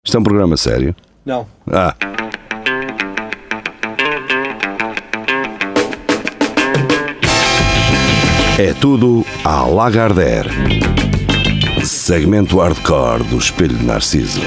Isto é um programa sério? Não. Ah. É tudo à Lagardère. Segmento hardcore do Espelho de Narciso.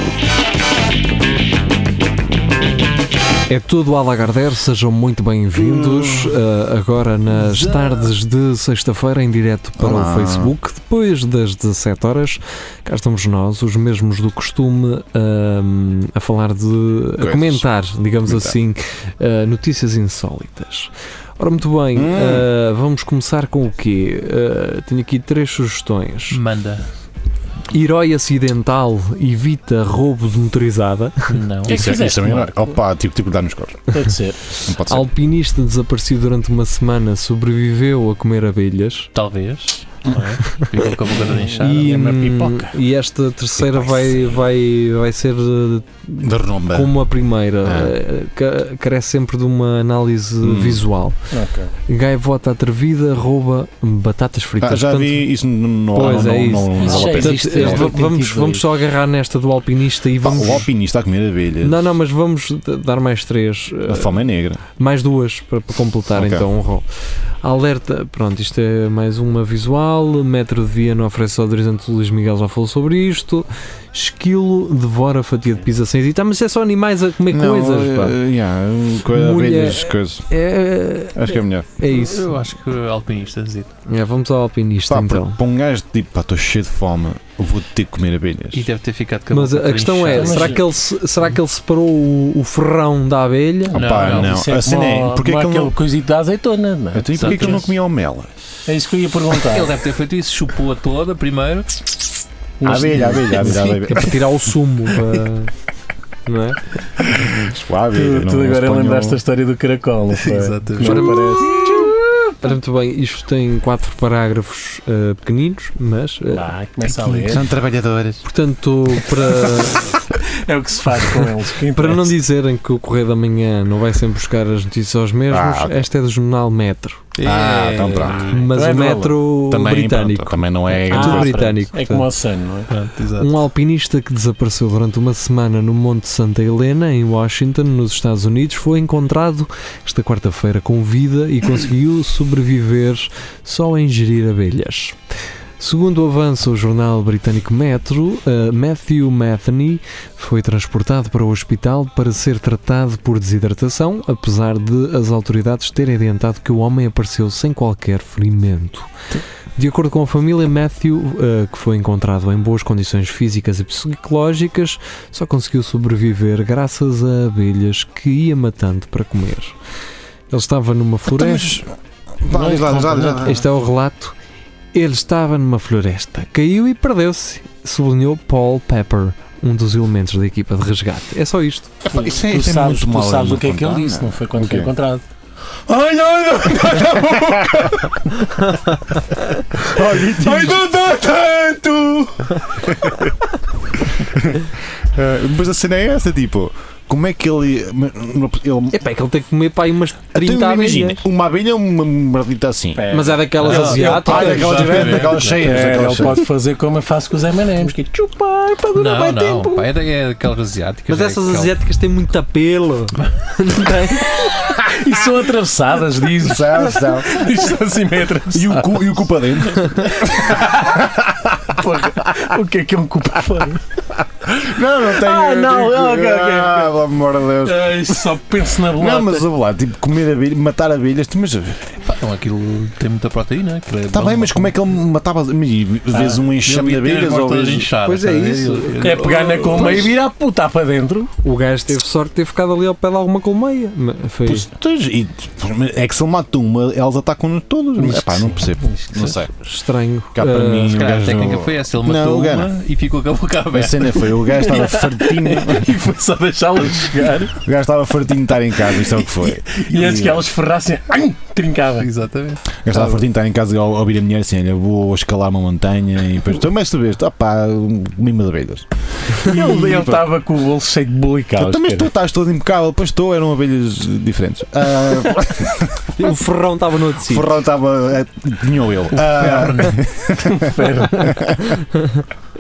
É tudo à Lagardère, sejam muito bem-vindos. Agora nas tardes de sexta-feira, em direto para o Facebook, depois das 17 horas, cá estamos nós, os mesmos do costume, a falar a comentar, digamos assim, notícias insólitas. Ora, muito bem, vamos começar com o quê? Tenho aqui 3 sugestões. Manda. Herói acidental evita roubo de motorizada. Não. Isso é melhor. Opa, tipo dar nos corpos. Deve ser. Não pode ser. Alpinista desaparecido durante uma semana sobreviveu a comer abelhas. Talvez. Não é? Ficou com a boca toda inchada. E esta terceira vai ser Da renome. como a primeira. Carece sempre de uma análise visual. Ok. Gaivota atrevida rouba batatas fritas. Já Portanto, vi isso no Pois é isso. não Isso já vale a pena. existe. Vamos só agarrar nesta do alpinista e vamos. O alpinista a comer abelhas. Não, mas vamos dar mais 3. A fome é negra. Mais 2 para completar Ok. então um rol. Alerta, pronto, isto é mais uma visual. Metro de Viana oferece ao dirigente Luís Miguel, já falou sobre isto. Esquilo devora fatia de pizza sem hesitar, mas é só animais a comer coisas. Pá. Abelhas, coisas. Acho que é melhor. É isso. Eu acho que alpinistas. Vamos ao alpinista Pá, então. para um gajo tipo, pá, estou cheio de fome, eu vou ter que comer abelhas. E deve ter ficado com a Mas boca a questão é, inchada. será que ele separou o ferrão da abelha? Opa, não. Isso é A cena é, como porque é que ele aquele não. coisito da azeitona, não é? Então, e porquê que ele não comia omela? É isso que eu ia perguntar. Ele deve ter feito isso, chupou-a toda primeiro. Abelha. É para tirar o sumo, não é? Tu agora lembraste a história do caracol, não foi? Exatamente. Não parece? Ora, muito bem, isto tem 4 parágrafos pequeninos, mas Começa a ler. São trabalhadoras. portanto, É o que se faz com eles. para não dizerem que o Correio da Manhã não vai sempre buscar as notícias aos mesmos, Ok. esta é do jornal Metro, Então pronto. mas Não é o Metro britânico. Pronto, também não é. Tudo britânico. É como o Sun, não é? Pronto, exato. Um alpinista que desapareceu durante uma semana no Monte Santa Helena, em Washington, nos Estados Unidos, foi encontrado esta quarta-feira com vida e conseguiu sobreviver só a ingerir abelhas. Segundo avança o jornal britânico Metro, Matthew Metheny foi transportado para o hospital para ser tratado por desidratação, apesar de as autoridades terem adiantado que o homem apareceu sem qualquer ferimento. De acordo com a família, Matthew, que foi encontrado em boas condições físicas e psicológicas, só conseguiu sobreviver graças a abelhas que ia matando para comer. Ele estava numa floresta. Este é o relato. Ele estava numa floresta, caiu e perdeu-se, sublinhou Paul Pepper, um dos elementos da equipa de resgate. É só isto. Isso é Tu sabes, muito mal. tu sabes o que é que ele disse, não foi quando foi encontrado. Ai, não dá tanto! Depois a cena é essa, tipo, como é que ele. É que ele tem que comer para aí umas 30 Então, imagina, abelhas. uma abelha é uma merdita assim. Mas é daquelas Ele asiáticas. Daquelas cheias. Ele pode fazer como eu faço com os M&M's, que é chupar para durar mais Não, tempo. pá, é daquelas asiáticas. Mas é essas aquela- asiáticas têm muito apelo. Não tem? E são atravessadas, diz. Isto são assim meio atravessadas. E o cu para dentro. O que é um cupa fora? Não tenho. não, ok. Pelo amor de Deus. Isto só penso na bolota. Não, mas vou lá, tipo, comer abelhas, matar abelhas, mas. Pá, então aquilo tem muita proteína. Está bem, mas como é que ele matava? Vês um enxame de abelhas ou vês. Pois é isso. É pegar na colmeia e virar puta para dentro. O gajo teve sorte de ter ficado ali ao pé de alguma colmeia. Foi. É que se ele mata uma, elas atacam-nos todas. Epá, não percebo. Não sei. Estranho. Cá para mim, Se o calhar a gajo. técnica foi essa, ele Não, matou o gajo- uma e ficou com a boca A aberta. cena foi, o gajo estava fartinho. E foi só deixá-las chegar. O gajo estava fartinho de estar em casa, isso é o que foi. E antes que elas ferrassem, trincava. Exatamente. O gajo estava fartinho de estar em casa ao ouvir a mulher assim: olha, vou escalar uma montanha e depois. Então, mas tu vês, pá, mimo de abelhas. Ele estava com o bolso cheio de bulicaus. Então, mas tu estás todo impecável, depois estou, eram abelhas diferentes. O ferrão estava no outro O sítio. Ferrão estava. Tinha ele.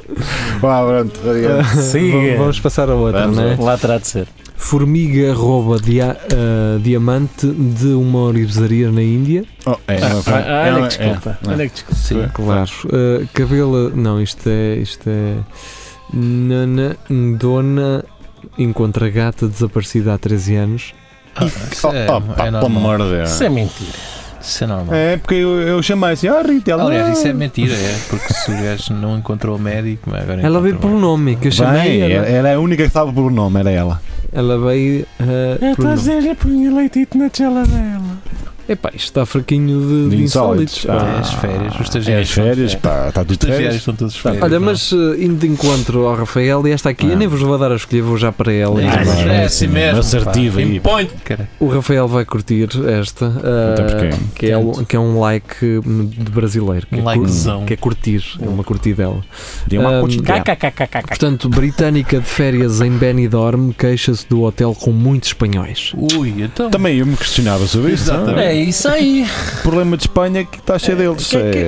Vá, pronto. Siga. Vamos passar a outra, Vamos não é? Lá terá de ser. Formiga rouba diamante de uma orivesaria na Índia. Olha que desculpa. Olha que desculpa. Sim. Claro. Cabelo. Não, isto é. Nana Dona encontra gata desaparecida há 13 anos. Isso é Pelo normal. amor de Deus. Isso é mentira. Isso é normal. É porque eu chamei assim, Rita, ela. Aliás, isso é mentira, porque se o gajo não encontrou o médico, mas agora Ela veio por um nome que eu chamei. Bem, ela é a única que estava por nome, era ela. Ela veio por nome. já punha leitito na tela dela. Epá, isto está fraquinho de insólitos. Ah, pá. É as férias, os É estagiários. as férias, pá, está Os tudo de estagiários férias. estão todos de férias. Olha, não? mas indo de encontro ao Rafael, e esta aqui, eu nem vos vou dar a escolher, vou já para ela. É, Ah, mas vai, é assim sim, mesmo. assertivo aí. Point, cara. O Rafael vai curtir esta, Então porquê? que é um like de brasileiro, que, Um likezão. que é curtir, é uma curtidela. Deu uma curtida. Portanto, britânica de férias em Benidorm queixa-se do hotel com muitos espanhóis. Ui, então. Também eu me questionava sobre isso. Exatamente. É isso aí. O problema de Espanha é que está cheio deles.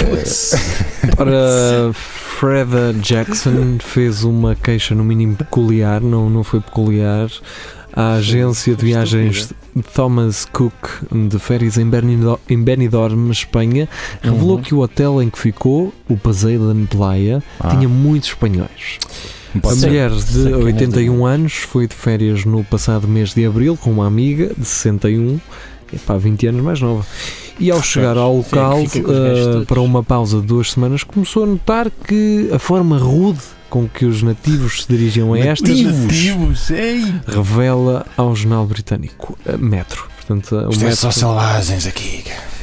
Ora, Freda Jackson fez uma queixa no mínimo peculiar, não foi peculiar, à agência de viagens Thomas Cook de férias em Benidorm, Espanha, revelou que o hotel em que ficou, o Passeio da Playa, tinha muitos espanhóis. A mulher de 81 anos foi de férias no passado mês de abril com uma amiga de 61, 20 anos mais nova. E ao chegar ao local, para uma pausa de 2 semanas, começou a notar que a forma rude com que os nativos se dirigiam a estas revela ao jornal britânico Metro. Portanto, o Isto é Metro só selvagens aqui.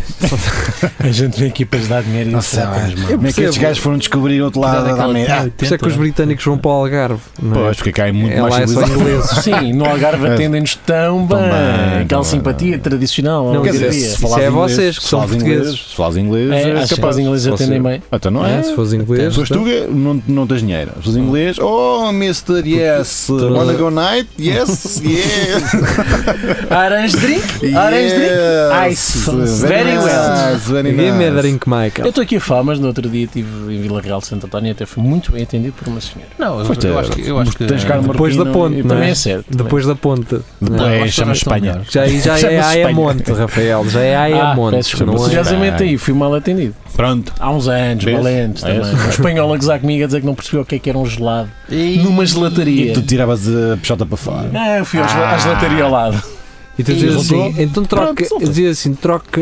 A gente vem aqui para lhes dar dinheiro e Não sei, como é que estes gajos foram descobrir o outro lado da América? Por isso é que os britânicos vão para o Algarve, não é? Pois, porque cai muito Lá mais é só civilizado. ingleses. Sim, no Algarve atendem-nos tão bem. Aquela Também. simpatia tradicional. Não, ao quer dizer, dia. se é vocês que são portugueses. Se falas inglês, É, és acho que capaz. os ingleses Se atendem você- bem. Então não é? Se fores inglês, Se fores tu, não tens dinheiro. Se fores inglês, oh, Mr. Yes, wanna go night? Yes, yeah. Orange drink? Orange drink? Ice. Very well. nice, very Give me a nice. drink, Michael. Eu estou aqui a falar, mas no outro dia estive em Vila Real de Santo António e até fui muito bem atendido por uma senhora. Não, Foste- eu acho que tens carne Depois da marroquina ponte, e- não Também é? é certo. Depois da ponte. Não, Não é? acho que chama elas estão Espanha. melhores. Já é Chama-se Ayamonte, Espanha. Rafael. Já é Ayamonte. Peço desculpa. não é? Curiosamente aí fui mal atendido. Pronto. Há uns anos, Vês? valentes É também. isso. Um espanhol a gozar comigo a dizer que não percebeu o que era um gelado numa gelataria. E tu tiravas a peixota para fora. Eu fui à gelataria ao lado. E tu dizes resultou? assim, então troca, Pronto, dizia assim, troca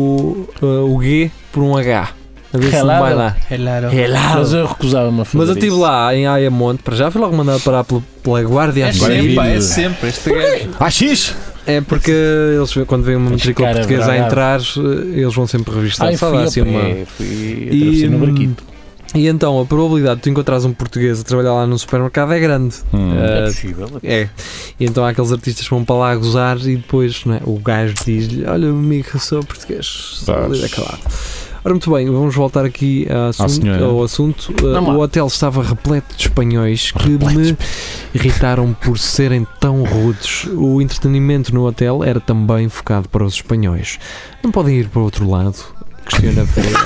o G por um H. A ver se não vai lá. Mas eu recusava-me a fazer Mas eu estive isso. lá em Ayamonte, para já fui logo mandado parar pela guardia. É Civil. sempre, Maravilha. é sempre. Este gajo. AX! É porque eles, quando vem uma matrícula cara portuguesa a bragado. entrar, eles vão sempre revistar. Ai, Só fui dá a assim uma... pé, fui atravessei no barquito. E então a probabilidade de tu encontrares um português a trabalhar lá no supermercado é grande. É Ah, possível. É. E então há aqueles artistas que vão para lá a gozar e depois, não é, o gajo diz-lhe: olha, amigo, eu sou português. Sou ali daquele lado. Ora, muito bem, vamos voltar aqui ao assunto. Vamos lá. O hotel estava repleto de espanhóis que me irritaram por serem tão rudes. O entretenimento no hotel era também focado para os espanhóis. Não podem ir para o outro lado? Questiona a Freire.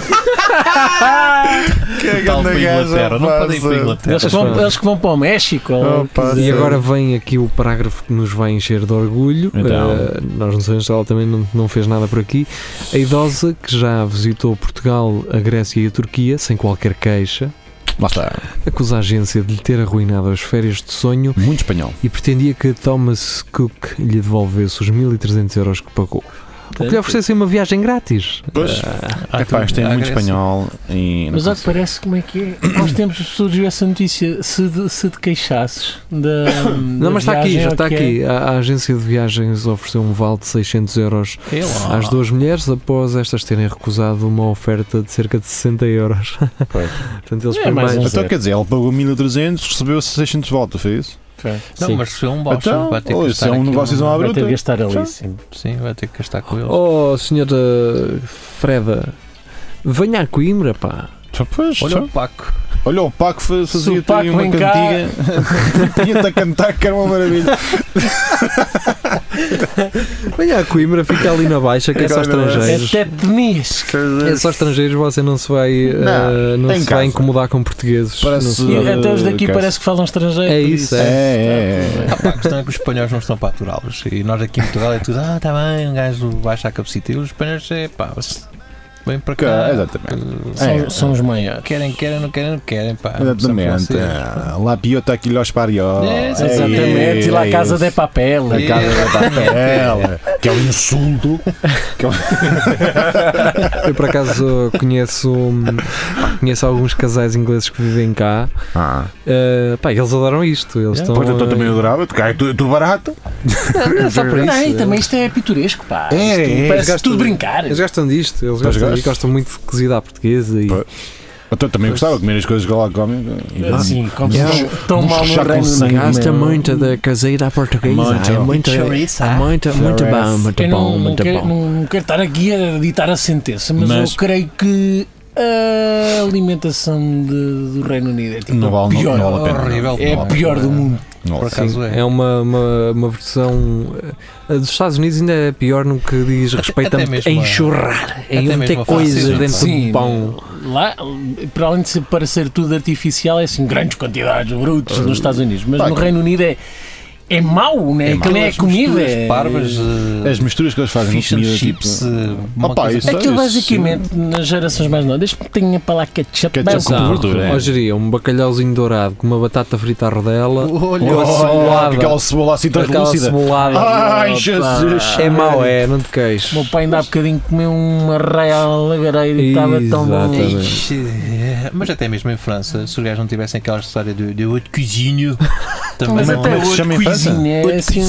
Tal para a Inglaterra. Não podem ir para a Inglaterra. Eles que vão para o México. ou- E agora vem aqui o parágrafo que nos vai encher de orgulho. Então. Nós não sabemos se ela também não fez nada por aqui. A idosa que já visitou Portugal, a Grécia e a Turquia sem qualquer queixa, Lá está. acusa a agência de lhe ter arruinado as férias de sonho Muito espanhol. e pretendia que Thomas Cook lhe devolvesse os 1.300 euros que pagou. Ou que lhe oferecessem uma viagem grátis. Pois. Ah, Epá, isto é à muito Grécia. espanhol. E não Mas olha que consigo. parece como é que é. Há uns tempos surgiu essa notícia. Se te queixasses da. Não, mas está aqui, já está aqui. A agência de viagens ofereceu um vale de 600 euros É lá. às duas mulheres após estas terem recusado uma oferta de cerca de 60 euros. Pois. Portanto, eles É, põem mais mais. um Então quer dizer, ele pagou 1.300, recebeu 600 de volta, foi isso? Não, mas se foi um voucher, Então, vai ter que isso gastar é um aquilo. negócio à Vai ter bruta. de gastar ali, sim. Sim, vai ter que gastar com eles. Oh, senhora Freda, venha a Coimbra, pá. Pois, Olha o Paco. olha o Paco fazia-te Paco aí uma vem cá. cantiga. Tinha-te a cantar, que era uma maravilha. Venha a Coimbra, fica ali na Baixa, que é só estrangeiros. Até Peniche. É só estrangeiros, você não se vai, não em se vai casa. incomodar com portugueses. Parece- Não se- Até os daqui Cássio. parece que falam estrangeiro. É por isso, Ah, pá, a questão é que os espanhóis não estão para aturá-los. E nós aqui em Portugal é tudo, está bem, um gajo baixa a cabecita. E os espanhóis vem para cá. Exatamente. São os maiores. Querem, não querem, pá. Exatamente. São La piota aqui los parió. Exatamente. E lá a casa de papel. A casa de papel. Que é um insulto. Eu por acaso conheço alguns casais ingleses que vivem cá. Pá, eles adoram isto. Eles estão. Pois eu também adorava. Tu barato. Não, só para isso. Não, e também isto é pitoresco, pá. É, Isto é, parece gostam tudo de- brincar. Eles gostam disto. Eles Pois gostam muito de cozida à portuguesa. E... Pois. Eu também gostava de comer as coisas que lá comem. Assim, como Yeah. se tão mal no Já com Reino sangue. Unido. Gosta meu. muito da caseira à portuguesa. Muito. É muito, Chouriço, é muito bom, muito Eu bom, não muito quero, bom. não quero estar aqui a ditar a sentença, mas eu creio que a alimentação do Reino Unido é tipo Não vale- pior. não vale a pena. Horrível. É a Não, pior do mundo. Por acaso É uma versão. A dos Estados Unidos ainda é pior no que diz respeito até a mesmo a- enxurrar, em até meter mesmo a coisas facilidade. dentro Sim, do pão. Lá, para além de ser para ser tudo artificial, é assim, grandes quantidades brutos nos Estados Unidos, mas no Reino Unido é mau, né? Aquilo nem é comida. É parvas, As misturas que eles fazem fish com and comida. chips, Tipo, uma Opa, coisa isso assim. Aquilo basicamente, nas gerações mais novas, desde que tenha para lá ketchup, Ketchup bem, com Não, gordura, é. ó, geria, um bacalhauzinho dourado com uma batata frita à rodela, Olha, uma cebolada, aquela cebola assim aquela translúcida. cebolada. Ai, Jesus. É mau, é, não te queixes. O meu pai ainda há bocadinho comeu uma raia lagareira e estava tão bom. Exatamente. Ixi, mas até mesmo em França, se os gajos não tivessem aquela história de haute cuisine, também Mas não, até é que se hoje chama em França? cuisine é assim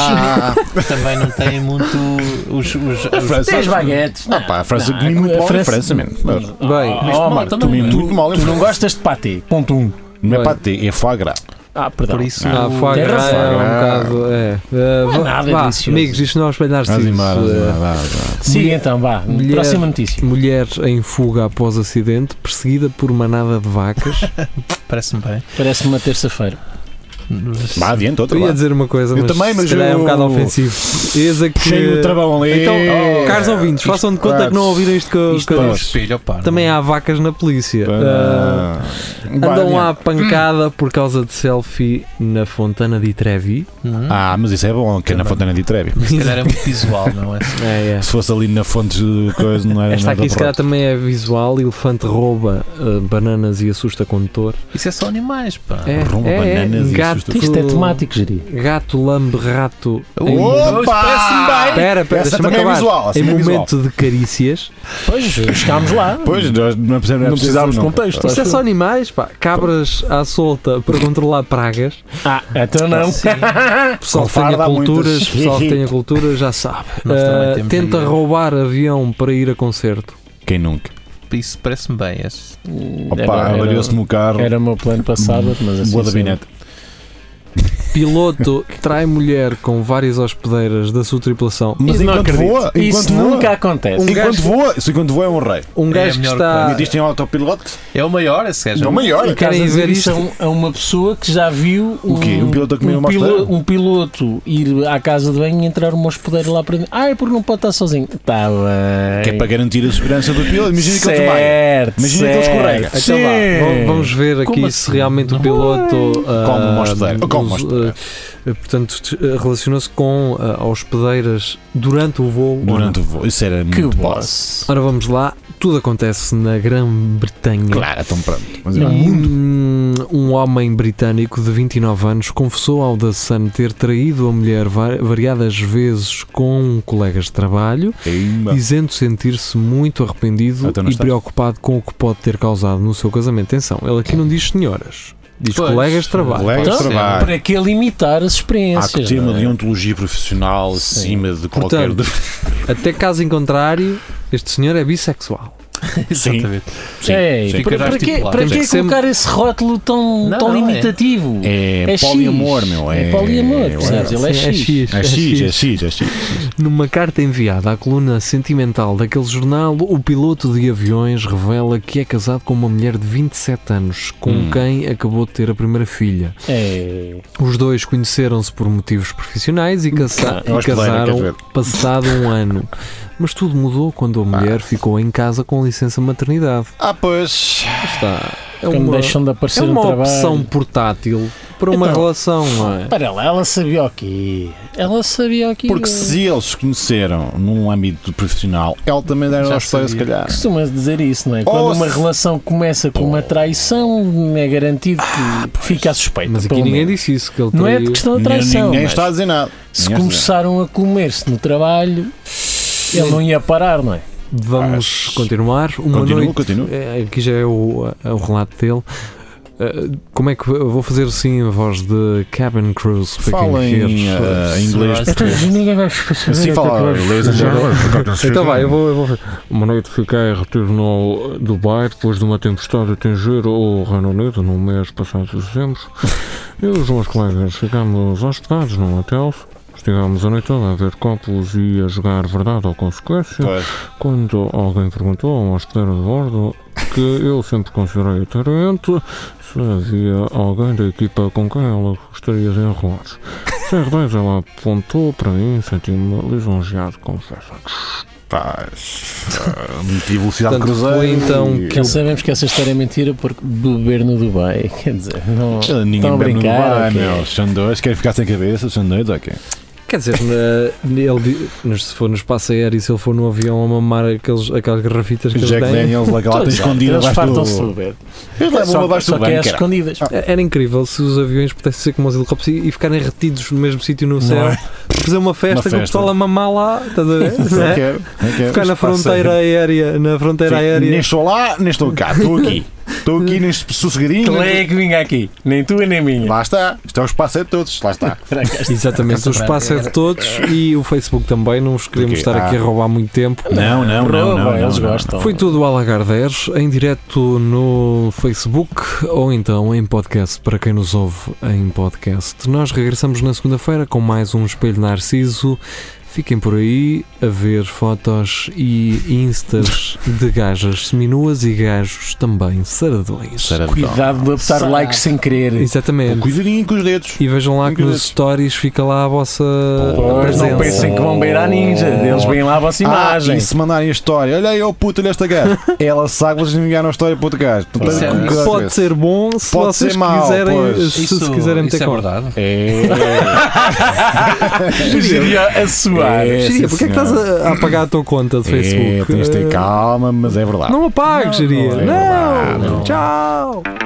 também não têm muito os França. 10 baguetes. Ah pá, a França comi muito mal em França, mano. Bem, Oh, Marco, Comi muito mal em tu não França. gostas de pâté? Ponto 1. Não é Bem. pâté, é foie gras. Perdão. Por isso, foie tem gras razão. é um bocado. é nada, é vá, delicioso. amigos, isto não é espelhar Vamos embora, Siga então, vá. Mulher- Próxima notícia. Mulher em fuga após acidente, perseguida por manada de vacas. parece-me bem. Parece-me uma terça-feira. Vá, adiante, outra Eu ia lá. dizer uma coisa, Eu mas, também, mas se calhar é um eu- bocado ofensivo. Eis a que... Puxei o travão ali. Então, caros ouvintes, façam de conta que não ouviram isto que eu Isto é um disse. espelho, opá. Também há vacas na polícia. Andam lá à pancada por causa de selfie na Fontana di Trevi. Mas isso é bom, que é na Também. Fontana de Trevi. Se calhar é muito visual, não é? É. Se fosse ali na fonte de coisa, não era Esta nada aqui se calhar pronto. também é visual. Elefante rouba bananas e assusta condutor. Isso é só animais, pá. Rouba bananas e gato, assusta. Isto é temático, Geri. gato lambe rato. Opa! Espera, Essa deixa-me também é acabar. visual, assim Em é visual. momento de carícias. Pois, chegámos lá. Pois, nós não precisávamos de contexto. Isto é só animais, pá. Cabras à solta para controlar pragas. Então não. Pessoal Com que tenha farda há culturas, muitas. pessoal que tenha cultura já sabe. Nós também temos Tenta aí, roubar avião para ir a concerto. Quem nunca? Isso parece-me bem. Esse. Opa, avariou-se-me o carro. Era o meu plano para sábado, mas assim. Boa da sendo. binete. Piloto trai mulher com várias hospedeiras da sua tripulação. Mas Isso não enquanto acredito. voa, Isso enquanto voa, nunca acontece. enquanto voa é um rei. Um É gajo a que melhor está. Existem autopilote? É o maior, esse gajo. É o maior. E querem Estás a ver dizer isto? isso a uma pessoa que já viu O quê? Um piloto a comer uma hospedeira? um piloto ir à casa de banho e entrar uma hospedeira lá para dentro. É porque não pode estar sozinho. Está bem. Que é para garantir a segurança do piloto. Imagina que ele desmaia. Certo, Imagina que ele escorrega. Então Sim. vá, vamos ver aqui Como se assim? realmente o piloto Como uma hospedeira. Como uma hospedeira. portanto relacionou-se com hospedeiras durante o voo. Durante o voo. Isso era Que muito boss. Ora vamos lá, tudo acontece na Grã-Bretanha. Claro, então pronto. Mas E é um homem britânico de 29 anos confessou ao The Sun ter traído a mulher variadas vezes com colegas de trabalho, dizendo sentir-se muito arrependido Então não e está. preocupado com o que pode ter causado no seu casamento. Atenção, ele aqui não diz senhoras, diz Pois, colegas de trabalho. Colegas de Então, trabalho. para que limitar as Há experiências? que ter uma não é? deontologia profissional acima de qualquer. Portanto, até caso em contrário, este senhor é bissexual. Sim. Exatamente. Ei, Fica para, já para quê, estipulado. para Temos quê que ser- colocar esse rótulo tão, Não, tão não, é. limitativo? É É poliamor, X. meu. É poliamor, percebes? Ele é Sim, X. É X, é X, é X. Numa carta enviada à coluna sentimental daquele jornal, o piloto de aviões revela que é casado com uma mulher de 27 anos, com quem acabou de ter a primeira filha. Os dois conheceram-se por motivos profissionais e casaram passado um ano. Mas tudo mudou quando a mulher ficou em casa com licença maternidade. Pois. Está. É Quando deixam de aparecer no uma trabalho. opção portátil para uma relação, não é? Para lá, ela sabia o quê? Porque se eles se conheceram num âmbito profissional, ela também deve aos pais, se calhar. Costuma dizer isso, não é? Quando uma relação começa com uma traição, é garantido que fica a suspeita. Mas aqui ninguém disse isso. Que ele não é de questão de traição. Ninguém está a dizer nada. Se começaram a comer-se no trabalho, ele não ia parar, não é? Vamos continuar. Continua. Aqui já é o relato dele. Como é que eu vou fazer assim a voz de Cabin Cruise? Fala em inglês. Ninguém vai fazer assim falar inglês. Então vai, eu vou. Uma noite fiquei retido no Dubai depois de uma tempestade atingir o Reino Unido no mês passado de dezembro. Eu e os meus colegas ficámos hospedados num hotel. Estivemos a noite toda a ver copos e a jogar verdade ou consequência. Quando alguém perguntou a um hospedeiro de bordo, que eu sempre considerei atraente, se havia alguém da equipa com quem ela gostaria de enrolar. CR10, ela apontou para mim, senti-me lisonjeado, confesso. Meti velocidade Portanto, cruzeiro. foi então que sabemos que essa história é mentira porque beber no Dubai, quer dizer, não ninguém estão a bebe no brincar. Dubai, meu. São dois, querem ficar sem cabeça, são dois, ok. Quer dizer, se for no espaço aéreo, se ele for no avião a mamar aquelas garrafitas que Jack eles têm, Daniels, lá tem escondida eles abaixo fartam-se de do... beber. Eles levam abaixo do Só que é banco, escondidas. era incrível se os aviões pudessem ser como os helicópteros e ficarem retidos no mesmo sítio no céu, fazer uma festa com o pessoal a mamar lá, estás a ver? Não quero. Ficar na fronteira aérea, Nem estou lá, nem estou cá, estou aqui. Estou aqui neste sossegadinho. Quem é que vinha aqui? Nem tu nem minha. Lá está. Isto é o espaço é de todos. Lá está. Exatamente, o espaço é de todos e o Facebook também. Não vos queremos estar aqui a roubar muito tempo. Não. Eles gostam. Foi tudo a Lagardère, em direto no Facebook ou então em podcast, para quem nos ouve em podcast. Nós regressamos na segunda-feira com mais um Espelho Narciso. Fiquem por aí a ver fotos e instas de gajas seminuas e gajos também saradões. Cuidado de apertar likes sem querer. Exatamente. Cuidadinho com os dedos. E vejam lá que nos stories fica lá a vossa presença. Não pensem que vão beirar ninja. Eles veem lá a vossa imagem. E se mandarem a história, olha aí, oh puto, olha esta gaja. Ela sabe que vocês enviaram a história para outro gajo. Pode ser bom se pode vocês ser mau, quiserem, se quiserem meter é conta. verdade. Seria a suar. Xeria, porquê é que estás a apagar a tua conta de Facebook? Tens de ter calma, mas é verdade. Não apagues, Xeria. Não. Não. Tchau.